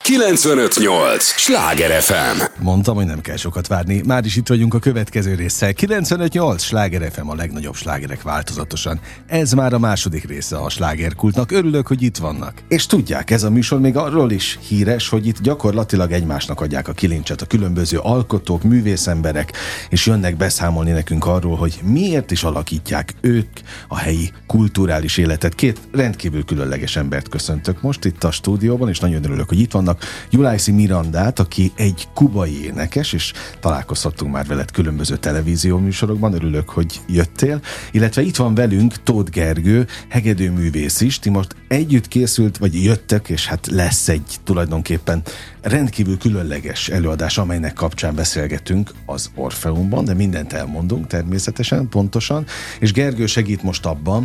95.8 Sláger FM. Mondtam, hogy nem kell sokat várni. Már is itt vagyunk a következő résszel. 95.8 Sláger FM, a legnagyobb slágerek változatosan. Ez már a második része a slágerkultnak. Örülök, hogy itt vannak. És tudják, ez a műsor még arról is híres, hogy itt gyakorlatilag egymásnak adják a kilincset a különböző alkotók, művészemberek, és jönnek beszámolni nekünk arról, hogy miért is alakítják ők a helyi kulturális életet. Két rendkívül különleges embert köszöntök most itt a stúdióban, és nagyon örülök, hogy itt vannak. Julájszi Mirandát, aki egy kubai énekes, és találkozhattunk már veled különböző televízióműsorokban, örülök, hogy jöttél, illetve itt van velünk Tóth Gergő, hegedűművész is, ti most együtt készült, vagy jöttök, és hát lesz egy tulajdonképpen rendkívül különleges előadás, amelynek kapcsán beszélgetünk az Orfeumban, de mindent elmondunk természetesen, pontosan, és Gergő segít most abban,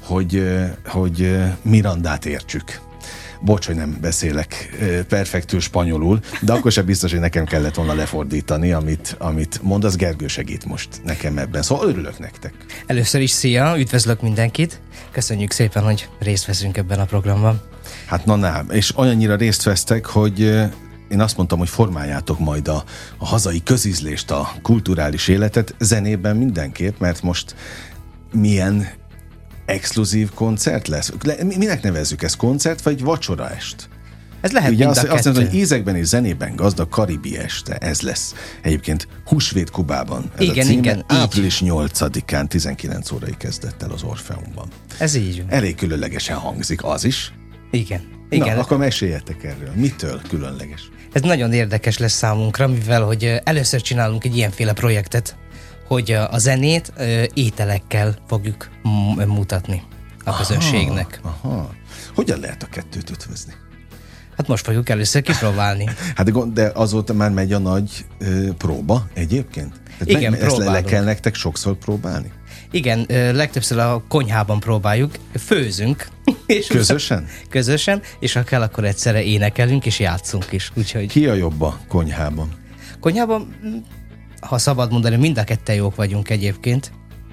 hogy Mirandát értsük. Bocs, hogy nem beszélek perfektül spanyolul, de akkor sem biztos, hogy nekem kellett volna lefordítani, amit mondasz. Gergő segít most nekem ebben. Szóval örülök nektek. Először is szia, üdvözlök mindenkit. Köszönjük szépen, hogy részt veszünk ebben a programban. Hát és olyannyira részt vesztek, hogy én azt mondtam, hogy formáljátok majd a hazai közízlést, a kulturális életet zenében mindenképp, mert most milyen exkluzív koncert lesz? Minek nevezzük ezt? Koncert vagy vacsoraest? Ez lehet ugye mind a kettő. Azt mondom, hogy ízekben és zenében gazdag karibi este, ez lesz. Egyébként Húsvét Kubában. Ez igen, a címe, igen. Április 8-án 19 órai kezdett el az Orfeumban. Ez így van. Elég különlegesen hangzik, az is. Igen. Na, akkor meséljetek erről. Mitől különleges? Ez nagyon érdekes lesz számunkra, mivel hogy először csinálunk egy ilyenféle projektet, hogy a zenét ételekkel fogjuk mutatni a közönségnek. Aha. Hogyan lehet a kettőt ötvözni? Hát most fogjuk először kipróbálni. Hát de azóta már megy a nagy próba egyébként? Igen, ezt le kell nektek sokszor próbálni? Igen, legtöbbször a konyhában próbáljuk, főzünk. És közösen? Közösen, és ha kell, akkor egyszerre énekelünk és játszunk is. Úgyhogy... Ki a jobb a konyhában? Konyhában, ha szabad mondani, mind a ketten jók vagyunk egyébként.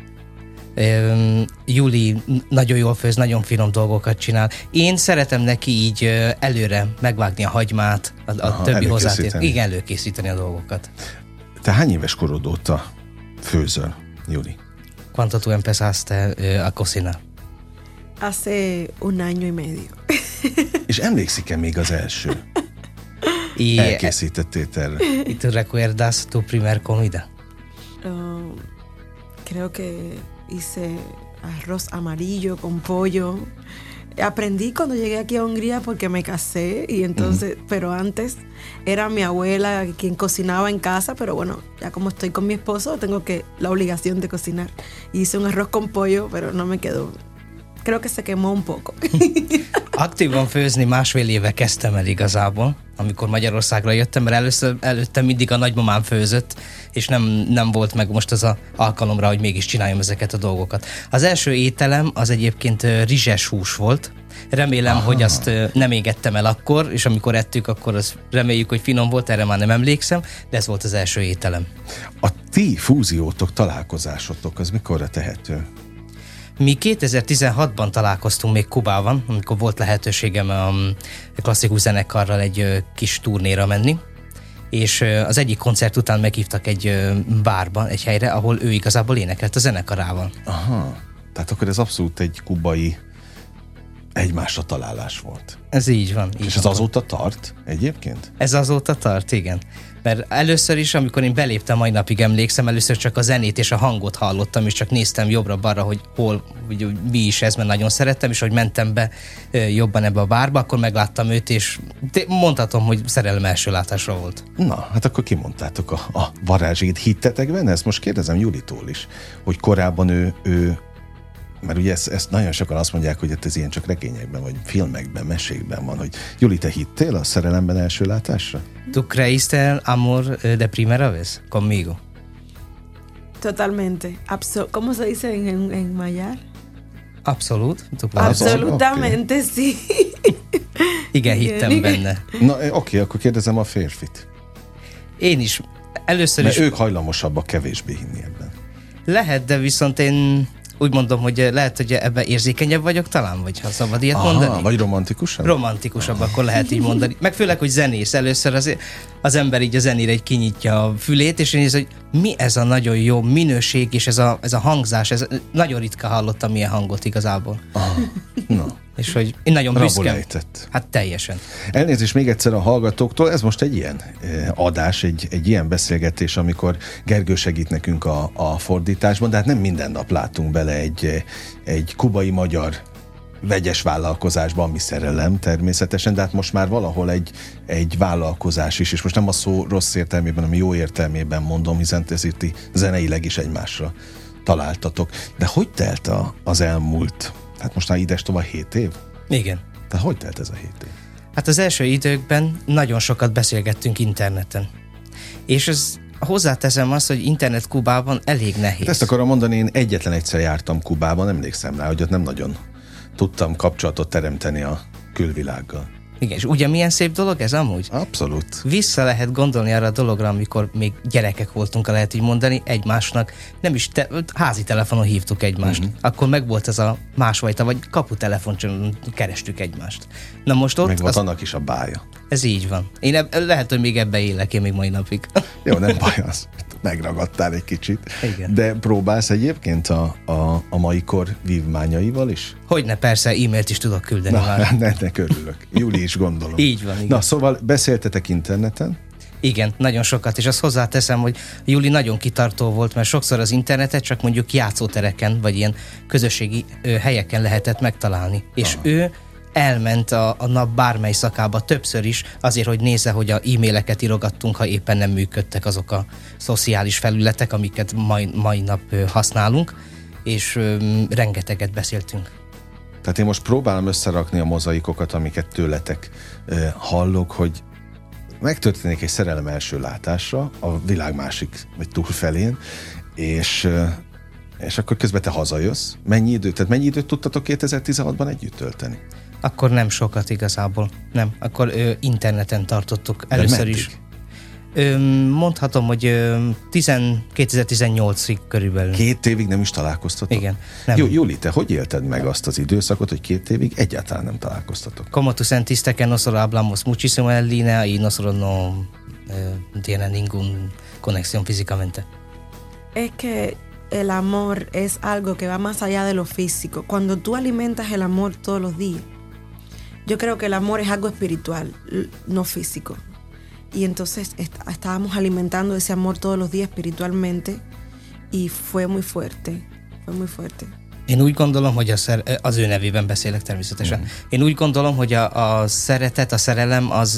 Juli nagyon jól főz, nagyon finom dolgokat csinál. Én szeretem neki így előre megvágni a hagymát, a többi hozzátér. Igen, előkészíteni a dolgokat. Te hány éves korod óta főzöl, Juli? ¿Cuánto tú empezaste a cocinar? Hace un año y medio. És emlékszik-e még az első elkészített ételre? ¿Y tú recuerdas tu primer comida? Creo que hice arroz amarillo con pollo. Aprendí cuando llegué aquí a Hungría porque me casé y entonces, pero antes era mi abuela quien cocinaba en casa, pero bueno, ya como estoy con mi esposo tengo la obligación de cocinar. Hice un arroz con pollo, pero no me quedó. Creo que se quemó un poco. Aktívan főzni másfél éve kezdtem el igazából, amikor Magyarországra jöttem, mert előtte mindig a nagymamám főzött, és nem volt meg most az alkalomra, hogy mégis csináljam ezeket a dolgokat. Az első ételem az egyébként rizses hús volt. Remélem, hogy azt nem égettem el akkor, és amikor ettük, akkor azt reméljük, hogy finom volt, erre már nem emlékszem, de ez volt az első ételem. A ti fúziótok, találkozásotok, az mikorra tehető? Mi 2016-ban találkoztunk még Kubában, amikor volt lehetőségem a klasszikus zenekarral egy kis turnéra menni, és az egyik koncert után meghívtak egy bárba, egy helyre, ahol ő igazából énekelt a zenekarával. Aha, tehát akkor ez abszolút egy kubai egymásra találás volt. Ez így van. És ez azóta tart egyébként? Ez azóta tart, igen. Mert először is, amikor én beléptem, mai napig emlékszem, először csak a zenét és a hangot hallottam, és csak néztem jobbra-balra, hogy hogy mi is ez, mert nagyon szerettem, és hogy mentem be jobban ebbe a bárba, akkor megláttam őt, és mondhatom, hogy szerelem első látásra volt. Na, hát akkor kimondtátok a varázsét. Hittetek benne? Ezt most kérdezem Julitól is, hogy korábban ő mert ugye ezt nagyon sokan azt mondják, hogy ez ilyen csak regényekben, vagy filmekben, mesékben van, hogy Juli, te hittél a szerelemben első látásra? ¿Tú creíste el amor de primera vez conmigo? Totalmente. ¿Cómo se dice en mayar? Abszolút. Absolutamente, okay. Sí. Igen, hittem benne. Na, oké, akkor kérdezem a férfit. Én is. Először mert is... ők hajlamosabbak kevésbé hinni ebben. Lehet, de viszont én úgy mondom, hogy lehet, hogy ebben érzékenyebb vagyok talán, vagy ha szabad ilyet mondani. Vagy romantikusabb? Romantikusabb, akkor lehet így mondani. Meg főleg, hogy zenész. Először az ember így a zenére egy kinyitja a fülét, és néz, hogy mi ez a nagyon jó minőség, és ez a hangzás, nagyon ritka hallottam ilyen hangot igazából. No. És hogy én nagyon büszke. Hát teljesen. Elnézést még egyszer a hallgatóktól, ez most egy ilyen adás, egy ilyen beszélgetés, amikor Gergő segít nekünk a fordításban, de hát nem minden nap látunk bele egy kubai-magyar vegyes vállalkozásban, ami szerelem természetesen, de hát most már valahol egy vállalkozás is, és most nem a szó rossz értelmében, hanem jó értelmében mondom, hiszen ti zeneileg is egymásra találtatok. De hogy telt az elmúlt, hát most már ides tovább 7 év? Igen. De hogy telt ez a 7 év? Hát az első időkben nagyon sokat beszélgettünk interneten. És hozzáteszem azt, hogy internet Kubában elég nehéz. Hát ezt akarom mondani, én egyetlen egyszer jártam Kubában, emlékszem rá, hogy ott nem nagyon tudtam kapcsolatot teremteni a külvilággal. Igen, és ugye milyen szép dolog ez amúgy? Abszolút. Vissza lehet gondolni arra a dologra, amikor még gyerekek voltunk, lehet így mondani, egymásnak, nem is házi telefonon hívtuk egymást. Akkor meg volt ez a másfajta, vagy kaputelefon kerestük egymást. Na most ott... Meg volt annak is a bája. Ez így van. Én lehet, hogy még ebbe élek én még mai napig. Jó, nem baj az. Megragadtál egy kicsit. Igen. De próbálsz egyébként a mai kor vívmányaival is? Hogyne, persze, e-mailt is tudok küldeni már. Ne örülök. Júli is gondolom. Így van, igen. Na, szóval beszéltetek interneten? Igen, nagyon sokat, és azt hozzáteszem, hogy Júli nagyon kitartó volt, mert sokszor az internetet csak mondjuk játszótereken, vagy ilyen közösségi helyeken lehetett megtalálni. És ő elment a nap bármely szakába többször is, azért, hogy nézze, hogy a e-maileket írogattunk, ha éppen nem működtek azok a szociális felületek, amiket mai nap használunk, és rengeteget beszéltünk. Tehát én most próbálom összerakni a mozaikokat, amiket tőletek hallok, hogy megtörténik egy szerelem első látásra a világ másik, vagy túlfelén, és akkor közben te hazajössz. Mennyi időt tudtatok 2016-ban együtt tölteni? Akkor nem sokat igazából. Nem. Akkor interneten tartottuk először is. Mondhatom, hogy 2018-ig körülbelül. 2 évig nem is találkoztatok? Igen. Júli, te hogy élted meg azt az időszakot, hogy 2 évig egyáltalán nem találkoztatok? Como tú sentiste que nosotros hablamos muchísimo en línea y nosotros no tiene ningún conexión físicamente? Es que el amor es algo que va más allá de lo físico. Cuando tú alimentas el amor todos los días, yo creo que el amor es algo espiritual, no físico. Y entonces estábamos alimentando ese amor todos los días espiritualmente y fue muy fuerte, Én úgy gondolom, hogy az ő nevében beszélek természetesen. Én úgy gondolom, hogy a szeretet, a szerelem az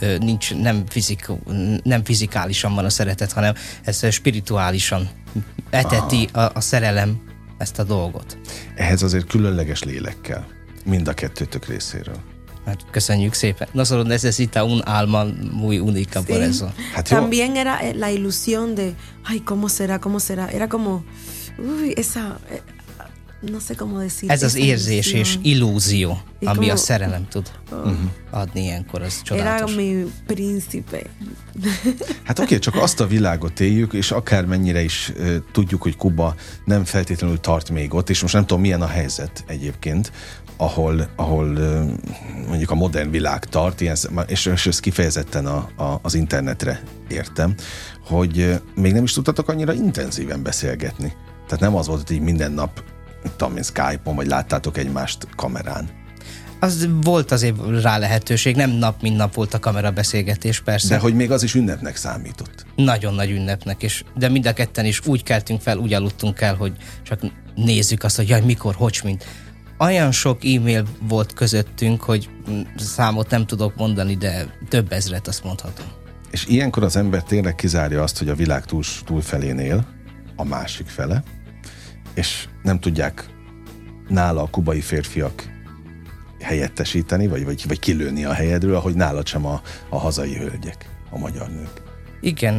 nem fizikálisan van a szeretet, hanem ez spirituálisan eteti a szerelem ezt a dolgot. Ehhez azért különleges lélekkel, mind a kettőtök részéről. Hát köszönjük szépen. Nosotros necesita un alma muy única por eso. Hát también era la ilusión de, ay, ¿cómo será? Era como, uy, esa... No sé cómo decir. Ez az érzés és illúzió, ami a szerelem tud adni ilyenkor, az csodálatos. Era mi príncipe. Hát oké, csak azt a világot éljük, és akármennyire is tudjuk, hogy Kuba nem feltétlenül tart még ott, és most nem tudom, milyen a helyzet egyébként, ahol mondjuk a modern világ tart, és ezt kifejezetten az internetre értem, hogy még nem is tudtatok annyira intenzíven beszélgetni. Tehát nem az volt, hogy így minden nap Skype-on, vagy láttátok egymást kamerán. Az volt azért rá lehetőség, nem nap mint nap volt a kamerabeszélgetés, persze. De hogy még az is ünnepnek számított. Nagyon nagy ünnepnek, de mind a ketten is úgy keltünk fel, úgy aludtunk el, hogy csak nézzük azt, hogy jaj, mikor, mint. Olyan sok e-mail volt közöttünk, hogy számot nem tudok mondani, de több ezret, azt mondhatom. És ilyenkor az ember tényleg kizárja azt, hogy a világ túlfelén él, a másik fele, és nem tudják nála a kubai férfiak helyettesíteni, vagy kilőni a helyedről, ahogy nálad sem a hazai hölgyek, a magyar nők. Igen,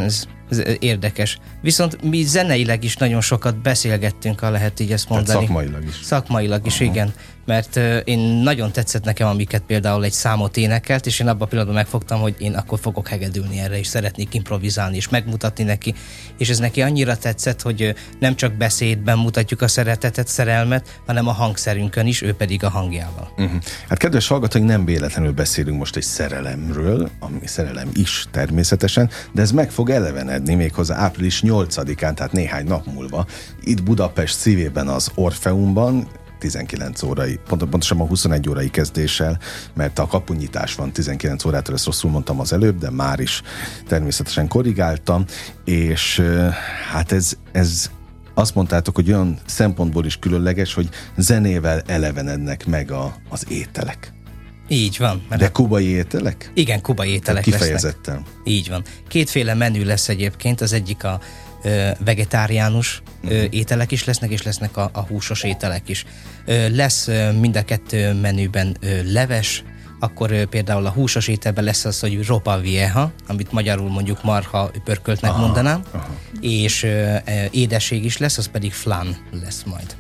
Ez érdekes. Viszont mi zeneileg is nagyon sokat beszélgettünk, ha lehet így ezt mondani. Tehát szakmailag is. Szakmailag is, igen. Mert én nagyon tetszett nekem, amiket például egy számot énekelt, és én abban a pillanatban megfogtam, hogy én akkor fogok hegedülni erre, és szeretnék improvizálni, és megmutatni neki. És ez neki annyira tetszett, hogy nem csak beszédben mutatjuk a szeretetet, szerelmet, hanem a hangszerünkön is, ő pedig a hangjával. Hát kedves hallgatóink, nem véletlenül beszélünk most egy szerelemről, ami szerelem is természetesen, de ez meg fog elevenedni méghozzá április 8-án, tehát néhány nap múlva, itt Budapest szívében az Orfeumban, 19 órai, pontosabban 21 órai kezdéssel, mert a kapunyítás van 19 órától, ezt rosszul mondtam az előbb, de már is természetesen korrigáltam, és hát ez azt mondtátok, hogy olyan szempontból is különleges, hogy zenével elevenednek meg az ételek. Így van. De kubai ételek? Igen, kubai ételek kifejezetten. lesznek. Így van. Kétféle menü lesz egyébként, az egyik a vegetáriánus ételek is lesznek, és lesznek a húsos ételek is. Lesz mind a kettő menüben leves, akkor például a húsos ételben lesz az, hogy ropa vieja, amit magyarul mondjuk marha pörköltnek mondanám, és édesség is lesz, az pedig flan lesz majd.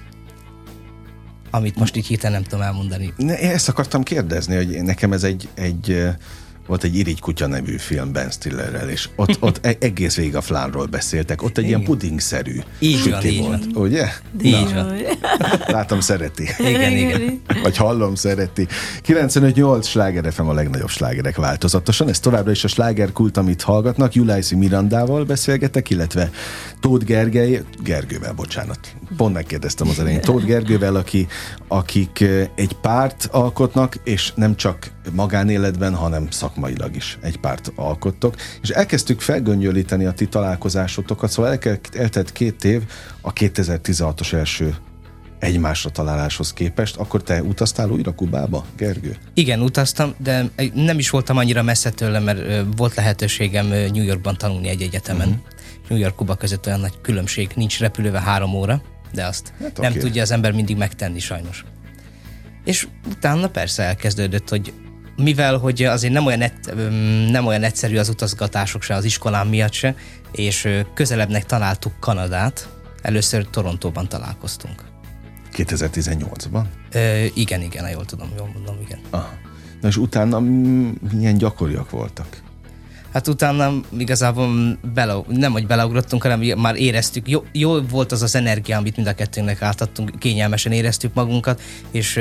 Amit most így hirtelen nem tudom elmondani. Ezt akartam kérdezni, hogy nekem ez volt egy Irigy kutya nevű film Ben Stillerrel, és ott egész végig a flánról beszéltek. Ott egy ilyen pudingszerű süti volt, ugye? Így van. Látom, szereti. Igen. Vagy hallom, szereti. 95.8 Sláger FM a legnagyobb slágerek változatosan. Ez továbbra is a slágerkult, amit hallgatnak. Julájci Mirandával beszélgetek, illetve Tóth Gergővel, bocsánat. Pont megkérdeztem az elején. Tóth Gergővel, akik egy párt alkotnak, és nem csak magánéletben, hanem szakmailag is egy párt alkottok, és elkezdtük felgöngyölíteni a ti találkozásotokat, szóval eltelt 2 év a 2016-os első egymásra találáshoz képest. Akkor te utaztál újra Kubába, Gergő? Igen, utaztam, de nem is voltam annyira messze tőle, mert volt lehetőségem New Yorkban tanulni egy egyetemen. New York-Kuba között olyan nagy különbség, nincs repülővel 3 óra, de azt nem tudja az ember mindig megtenni sajnos. És utána persze elkezdődött, hogy mivel, hogy azért nem olyan egyszerű az utazgatások se az iskolám miatt se, és közelebbnek találtuk Kanadát, először Torontóban találkoztunk. 2018-ban? Igen, jól mondom, igen. Aha. Na és utána milyen gyakoriak voltak? Hát utána igazából nem, hogy beleugrottunk, hanem már éreztük, jó volt az energia, amit mind a kettőnknek átadtunk, kényelmesen éreztük magunkat, és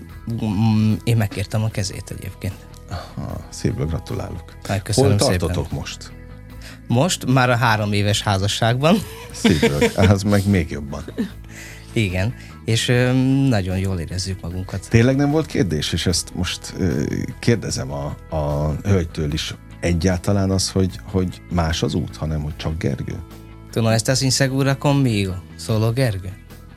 én megkértem a kezét egyébként. Aha, szépen gratulálok. Köszönöm. Hol tartotok szépen. most? Most már a 3 éves házasságban. Szépen, az meg még jobban. Igen, és nagyon jól érezzük magunkat. Tényleg nem volt kérdés, és ezt most kérdezem a hölgytől is, egyáltalán az, hogy más az út, hanem hogy csak Gergő? ¿Tú no estás insegura conmigo? Solo Gergő?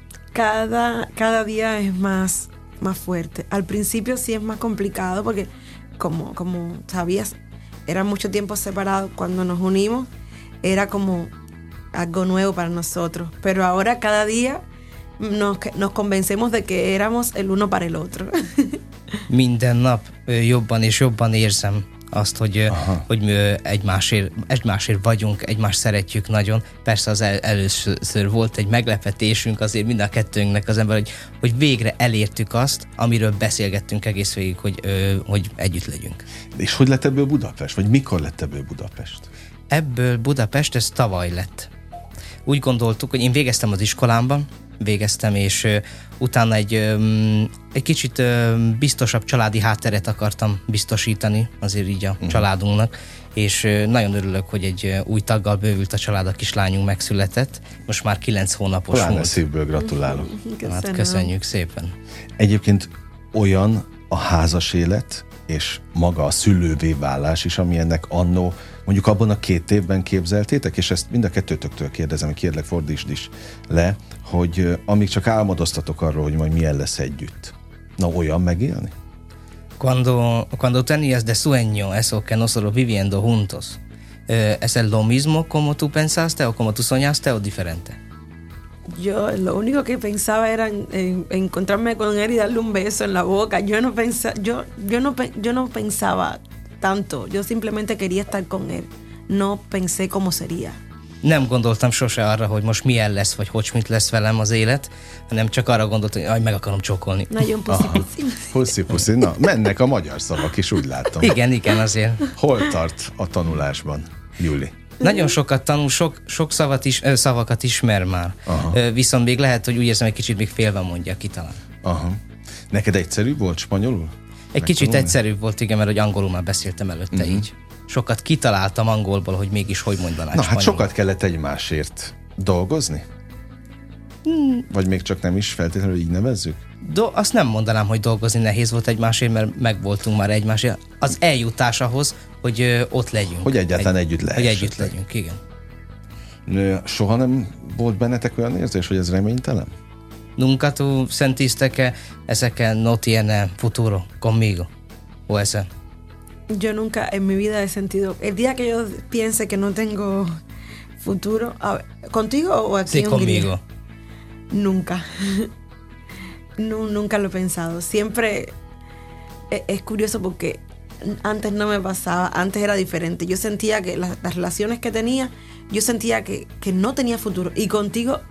Cada día es más fuerte. Al principio sí es más complicado porque como sabías, era mucho tiempo separado. Cuando nos unimos era como algo nuevo para nosotros. Pero ahora cada día nos convencemos de que éramos el uno para el otro. Minden nap jobban és jobban érzem azt, hogy egymásért vagyunk, egymást szeretjük nagyon. Persze az először volt egy meglepetésünk azért mind a kettőnknek az ember, hogy végre elértük azt, amiről beszélgettünk egész végig, hogy együtt legyünk. És hogy lett ebből Budapest? Vagy mikor lett ebből Budapest? Ebből Budapest, ez tavaly lett. Úgy gondoltuk, hogy én végeztem az iskolámban, és utána egy kicsit biztosabb családi hátteret akartam biztosítani azért így a családunknak, és nagyon örülök, hogy egy új taggal bővült a család, a kislányunk megszületett. Most már 9 hónapos Pláne volt. Szívből gratulálok. Hát köszönjük szépen. Egyébként olyan a házas élet, és maga a szülővé válás is, ami ennek annó, mondjuk abban a 2 évben képzeltétek, és ezt mind a kettőtöktől kérdezem, kérlek fordítsd is le, hogy amíg csak álmodoztatok arról, hogy majd milyen lesz együtt. Na, olyan megélni? Cuando tenías de sueño eso que nosotros viviendo juntos, ¿es lo mismo como tú pensaste o como tú soñaste o diferente? Yo lo único que pensaba era en encontrarme con él y darle un beso en la boca. Yo no pensaba tanto. Yo simplemente quería estar con él. No pensé cómo sería. Nem gondoltam sose arra, hogy most milyen lesz, vagy mit lesz velem az élet, hanem csak arra gondoltam, hogy meg akarom csókolni. Nagyon puszi-puszi. Puszi-puszi. Na, mennek a magyar szavak is, úgy látom. Igen, azért. Hol tart a tanulásban, Juli? Nagyon sokat tanul, sok szavakat ismer már. Viszont még lehet, hogy úgy érzem, egy kicsit még félve mondja ki talán. Aha. Neked egyszerűbb volt spanyolul? Egy kicsit egyszerűbb volt, igen, mert hogy angolul már beszéltem előtte így. Sokat kitaláltam angolból, hogy mégis hogy mondanák spanyolul. Hát sokat kellett egymásért dolgozni? Vagy még csak nem is feltétlenül így nevezzük? Azt nem mondanám, hogy dolgozni nehéz volt egymásért, mert megvoltunk már egymásért. Az eljutás ahhoz, hogy ott legyünk. Hogy egyáltalán együtt lehessetek. Hogy együtt legyünk, igen. Soha nem volt bennetek olyan érzés, hogy ez reménytelen? Nunca tú sentiste que ese que no tiene futuro conmigo, o ese? Yo nunca en mi vida he sentido... El día que yo piense que no tengo futuro... ¿Contigo o aquí Sí, en Hungría? conmigo. Nunca. Nunca lo he pensado. Siempre es curioso porque antes no me pasaba, antes era diferente. Yo sentía que las relaciones que tenía, yo sentía que no tenía futuro. Y contigo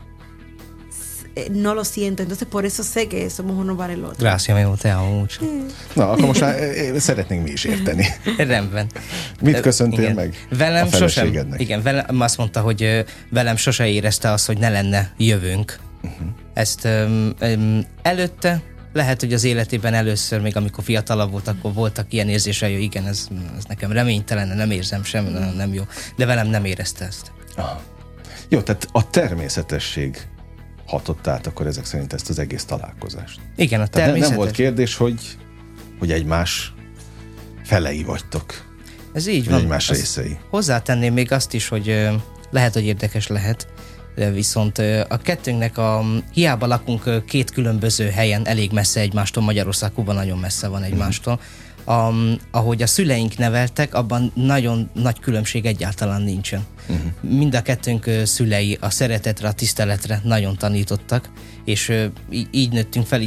no lo siento. Entonces por eso sé que somos uno para el otro. Gracias, amigo, te amo mucho. Na, akkor most már szeretnénk mi is érteni. Rendben. Mit köszöntél igen. meg velem a feleségednek? Igen, velem azt mondta, hogy velem sose érezte azt, hogy ne lenne jövőnk. Ezt előtte, lehet, hogy az életében először, még amikor fiatalabb volt, akkor voltak ilyen érzései, hogy igen, ez nekem reménytelen, nem érzem semmi, nem jó. De velem nem érezte ezt. Aha. Jó, tehát a természetesség hatott át akkor ezek szerint ezt az egész találkozást. Igen, a természetes. Nem volt kérdés, hogy egymás felei vagytok. Ez így van. Egymás részei. Hozzátenném még azt is, hogy lehet, hogy érdekes lehet, de viszont a kettőnknek hiába lakunk két különböző helyen, elég messze egymástól, Magyarország, Kuba nagyon messze van egymástól, ahogy a szüleink neveltek, abban nagyon nagy különbség egyáltalán nincsen. Mind a kettőnk szülei a szeretetre, a tiszteletre nagyon tanítottak, és így nőttünk fel,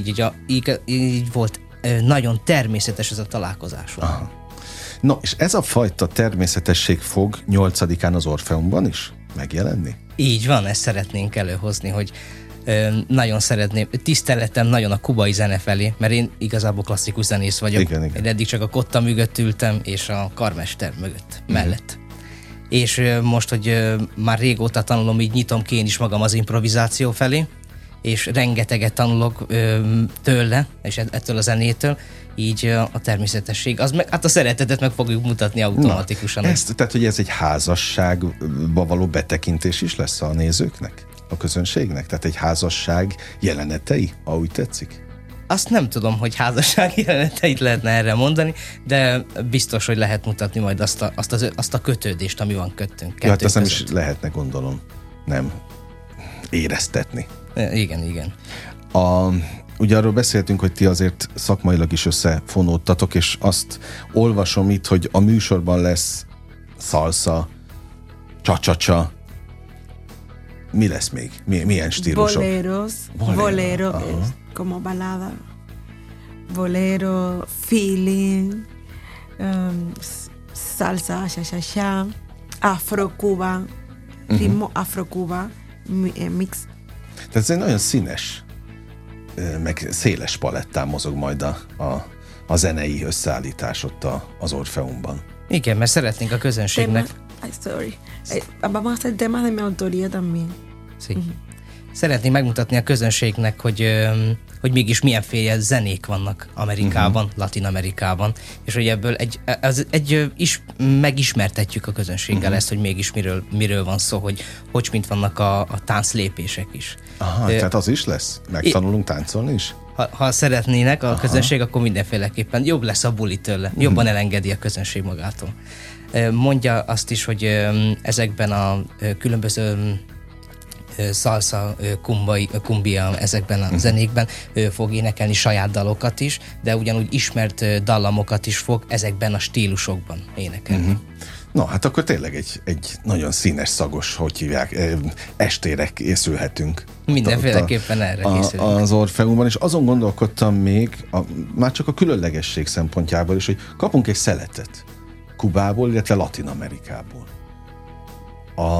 így volt nagyon természetes ez a találkozásunk. Aha. No, és ez a fajta természetesség fog 8-án az Orfeumban is megjelenni? Így van, ezt szeretnénk előhozni, hogy nagyon szeretném, tiszteletem nagyon a kubai zene felé, mert én igazából klasszikus zenész vagyok. Igen. Én eddig csak a kotta mögött ültem, és a karmester mögött, mellett. És most, hogy már régóta tanulom, így nyitom ki én is magam az improvizáció felé, és rengeteget tanulok tőle, és ettől a zenétől, így a természetesség, hát a szeretetet meg fogjuk mutatni automatikusan. Tehát, hogy ez egy házasságba való betekintés is lesz a nézőknek, a közönségnek? Tehát egy házasság jelenetei, ahogy tetszik? Azt nem tudom, hogy házassági jeleneteit lehetne erre mondani, de biztos, hogy lehet mutatni majd azt a kötődést, ami van kettőnk. Ja, hát ezt nem is lehetne, gondolom, nem éreztetni. Igen. Ugye arról beszéltünk, hogy ti azért szakmailag is összefonódtatok, és azt olvasom itt, hogy a műsorban lesz salsa, cha-cha-cha. Mi lesz még? Milyen stílusok? Bolero es como balada. Bolero, feeling, salsa, cha-cha-cha, afro-cuba, ritmo afro-cuba, mix. Tehát ez egy nagyon színes, meg széles palettán mozog majd a zenei összeállítás ott az Orfeumban. Igen, mert szeretnénk a közönségnek... Vamos a hacer temas de mi autoría también. Sí. Szeretnénk megmutatni a közönségnek, hogy mégis milyenféle zenék vannak Amerikában, Latin Amerikában, és hogy ebből megismertetjük a közönséggel ezt, hogy mégis miről van szó, hogy mint vannak a tánclépések is. Aha, tehát az is lesz? Megtanulunk táncolni is? Ha szeretnének a közönség, akkor mindenféleképpen jobb lesz a buli tőle, jobban elengedi a közönség magától. Mondja azt is, hogy ezekben a különböző salsa, cumbia, ezekben a zenékben fog énekelni saját dalokat is, de ugyanúgy ismert dallamokat is fog ezekben a stílusokban énekelni. No, hát akkor tényleg egy nagyon színes, szagos, hogy hívják, estére készülhetünk. Mindenféleképpen erre készülünk. Az Orfeumban, és azon gondolkodtam még, már csak a különlegesség szempontjából is, hogy kapunk egy szeletet Kubából, illetve Latin Amerikából.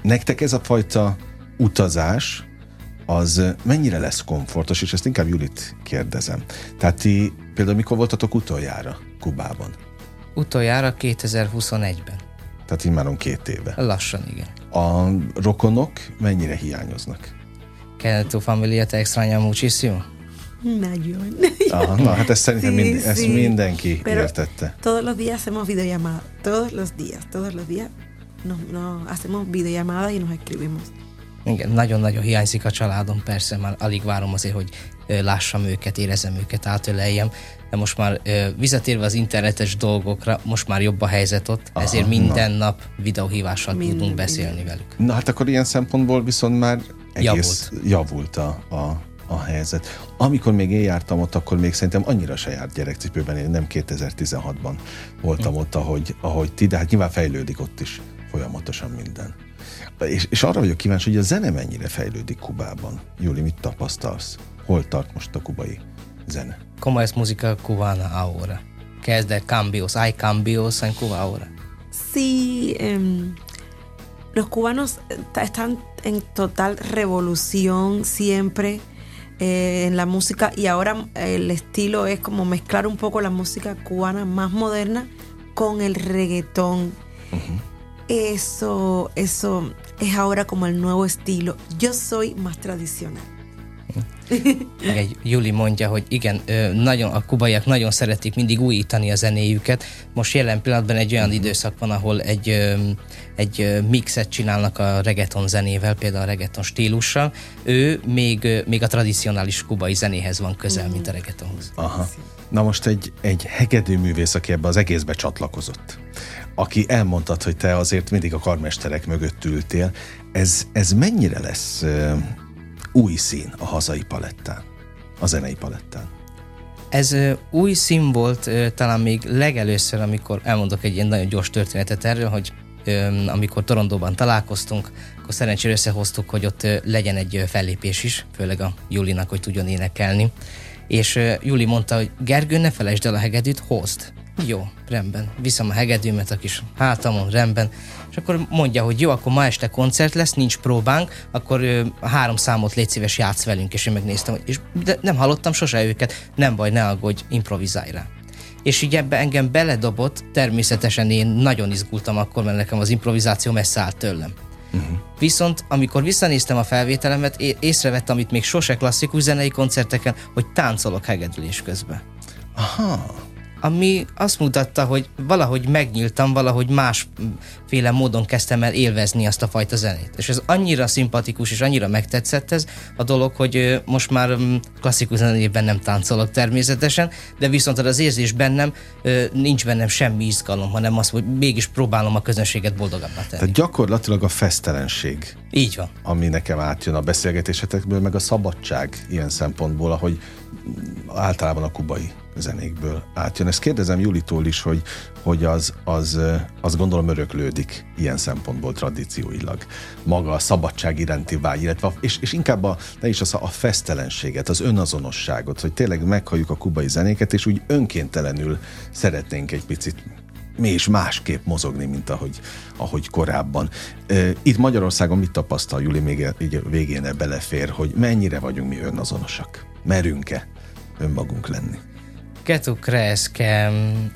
nektek ez a fajta utazás, az mennyire lesz komfortos, és ezt inkább Julit kérdezem. Tehát ti például mikor voltatok utoljára Kubában? Utoljára 2021-ben. Tehát immáron 2 éve. Lassan, igen. A rokonok mennyire hiányoznak? Que tu familia te extraña muchísimo? Nagyon. Na, hát ezt szerintem Sí, ezt sí. mindenki Pero értette. todos los días hacemos videollamadas. Todos los días nos hacemos videollamadas y nos escribimos. Igen, nagyon-nagyon hiányzik a családom, persze, már alig várom azért, hogy lássam őket, érezzem őket, átöleljem, de most már visszatérve az internetes dolgokra, most már jobb a helyzet ott, ezért minden nap videóhívással tudunk beszélni velük. Na hát akkor ilyen szempontból viszont már egész javult a helyzet. Amikor még én jártam ott, akkor még szerintem annyira se járt gyerekcipőben, én nem 2016-ban voltam ott, ahogy ti, de hát nyilván fejlődik ott is folyamatosan minden. És arra vagyok kíváncsi, hogy a zene mennyire fejlődik Kubában. Juli, mit tapasztalsz? Hol tart most a kubai zene? ¿Cómo es música cubana ahora? ¿Qué es de cambios? ¿Hay cambios en Cuba ahora? Sí, los cubanos están en total revolución siempre en la música y ahora el estilo es como mezclar un poco la música cubana más moderna con el reggaetón. Uh-huh. Eso es ahora como el nuevo estilo. Yo soy más tradicional. Juli mondja, hogy igen, nagyon, a kubaiak nagyon szeretik mindig újítani a zenéjüket. Most jelen pillanatban egy olyan időszak van, ahol egy mixet csinálnak a reggaeton zenével, például a reggaeton stílussal. Ő még a tradicionális kubai zenéhez van közel, mint a reggaetonhoz. Aha. Na most egy hegedűművész, aki ebbe az egészbe csatlakozott, aki elmondtad, hogy te azért mindig a karmesterek mögött ültél, ez mennyire lesz új szín a hazai palettán, a zenei palettán? Ez új szín volt talán még legelőször, amikor elmondok egy ilyen nagyon gyors történetet erről, hogy amikor Torontóban találkoztunk, akkor szerencsére összehoztuk, hogy ott legyen egy fellépés is, főleg a Julinak, hogy tudjon énekelni. És Juli mondta, hogy Gergő, ne felejtsd el a hegedűt, hozd. Jó, rendben. Viszem a hegedűmet a kis hátamon, rendben. És akkor mondja, hogy jó, akkor ma este koncert lesz, nincs próbánk, akkor 3 számot légy szíves, játsz velünk. És én megnéztem, de nem hallottam sose őket, nem baj, ne aggódj, improvizálj rá. És így ebbe engem beledobott, természetesen én nagyon izgultam akkor, mert nekem az improvizáció messze állt tőlem. Uh-huh. Viszont amikor visszanéztem a felvételemet, észrevettem, amit még sose klasszikus zenei koncerteken, hogy táncolok hegedülés közben. Aha. Ami azt mutatta, hogy valahogy megnyíltam, valahogy másféle módon kezdtem el élvezni azt a fajta zenét. És ez annyira szimpatikus, és annyira megtetszett ez a dolog, hogy most már klasszikus zenében nem táncolok természetesen, de viszont az érzés bennem, nincs bennem semmi izgalom, hanem azt, hogy mégis próbálom a közönséget boldogabbá tenni. Tehát gyakorlatilag a fesztelenség. Így van. Ami nekem átjön a beszélgetésetekből, meg a szabadság ilyen szempontból, ahogy általában a kubai zenékből átjön. Ezt kérdezem Julitól is, hogy az gondolom öröklődik ilyen szempontból tradícióilag. Maga a szabadság iránti vágy, illetve, és inkább a fesztelenséget, az önazonosságot, hogy tényleg meghalljuk a kubai zenéket, és úgy önkéntelenül szeretnénk egy picit mi is másképp mozogni, mint ahogy korábban. Itt Magyarországon mit tapasztal, Juli, még így végén belefér, hogy mennyire vagyunk mi önazonosak? Merünk-e önmagunk lenni? Que tu crees que...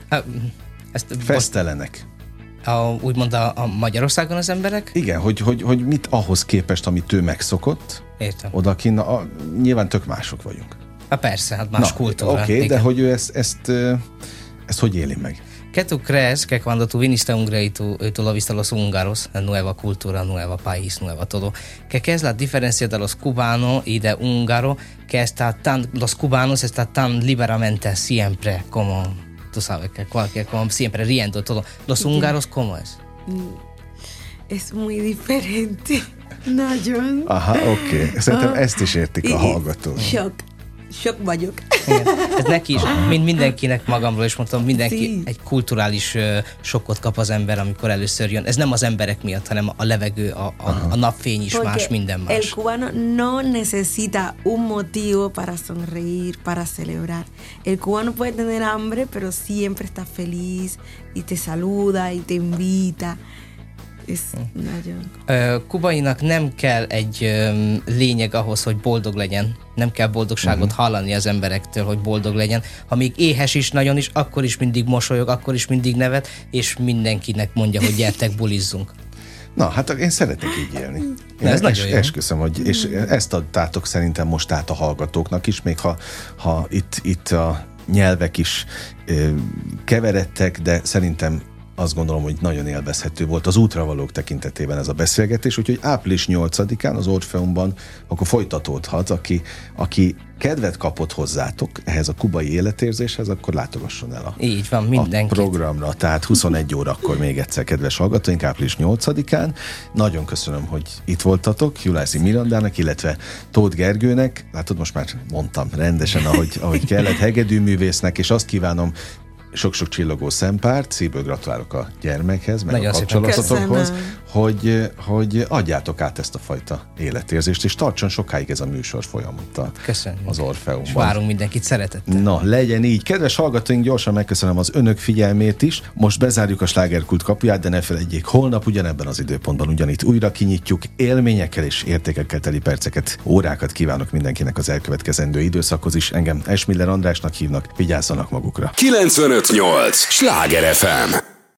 Fesztelenek. Úgymond a Magyarországon az emberek? Igen, hogy mit ahhoz képest, amit ő megszokott, értem. Odakinn, nyilván tök mások vagyunk. Persze, hát más kultúra. Oké, de hogy ő ezt hogy éli meg? ¿Qué tú crees que cuando tú viniste a Hungría y tú lo viste a los húngaros, nueva cultura, nuevo país, nueva todo, qué es la diferencia de los cubanos y de húngaro, que los cubanos están tan liberamente siempre como, tú sabes, que como siempre riendo todo. Los húngaros, ¿cómo es? Es muy diferente. Nagyon. Aha, oké. Szerintem ezt is értik a hallgatók. Sok vagyok. Igen. Ez neki is, mint mindenkinek, magamról is mondtam, mindenki egy kulturális sokkot kap az ember, amikor először jön. Ez nem az emberek miatt, hanem a levegő, a napfény is más, minden más. El cubano no necesita un motivo para sonreír, para celebrar. El cubano puede tener hambre, pero siempre está feliz y te saluda y te invita. nagyon. Kubainak nem kell egy lényeg ahhoz, hogy boldog legyen. Nem kell boldogságot hallani az emberektől, hogy boldog legyen. Ha még éhes is nagyon is, akkor is mindig mosolyog, akkor is mindig nevet, és mindenkinek mondja, hogy gyertek, bulizzunk. Na, hát én szeretnék így élni. Ez nagyon jó. Esküszöm, hogy és ezt adtátok szerintem most át a hallgatóknak is, még ha itt a nyelvek is keveredtek, de szerintem azt gondolom, hogy nagyon élvezhető volt az útravalók tekintetében ez a beszélgetés, úgyhogy április 8-án az Orfeumban akkor folytatódhat, aki kedvet kapott hozzátok ehhez a kubai életérzéshez, akkor látogasson el így van, mindenki. A programra. Tehát 21 órakor még egyszer, kedves hallgatóink, április 8-án. Nagyon köszönöm, hogy itt voltatok, Julászky Mirandának, illetve Tóth Gergőnek, látod, most már mondtam rendesen, ahogy kellett, hegedűművésznek, és azt kívánom, sok-sok csillogó szempárt, szívből gratulálok a gyermekhez, meg nagyon a kapcsolatotokhoz, hogy adjátok át ezt a fajta életérzést, és tartson sokáig ez a műsor folyamattal. Köszönjük. Az Orfeumban. És várunk mindenkit szeretettel. Na, legyen így. Kedves hallgatóink, gyorsan megköszönöm az önök figyelmét is. Most bezárjuk a Slágerkult kapuját, de ne felejtjék, holnap ugyanebben az időpontban ugyanitt újra kinyitjuk. Élményekkel és értékekkel teli perceket, órákat kívánok mindenkinek az elkövetkezendő időszakhoz is. Engem Esmiller Andrásnak hívnak, vigyázzanak magukra. 95.8 Sláger FM.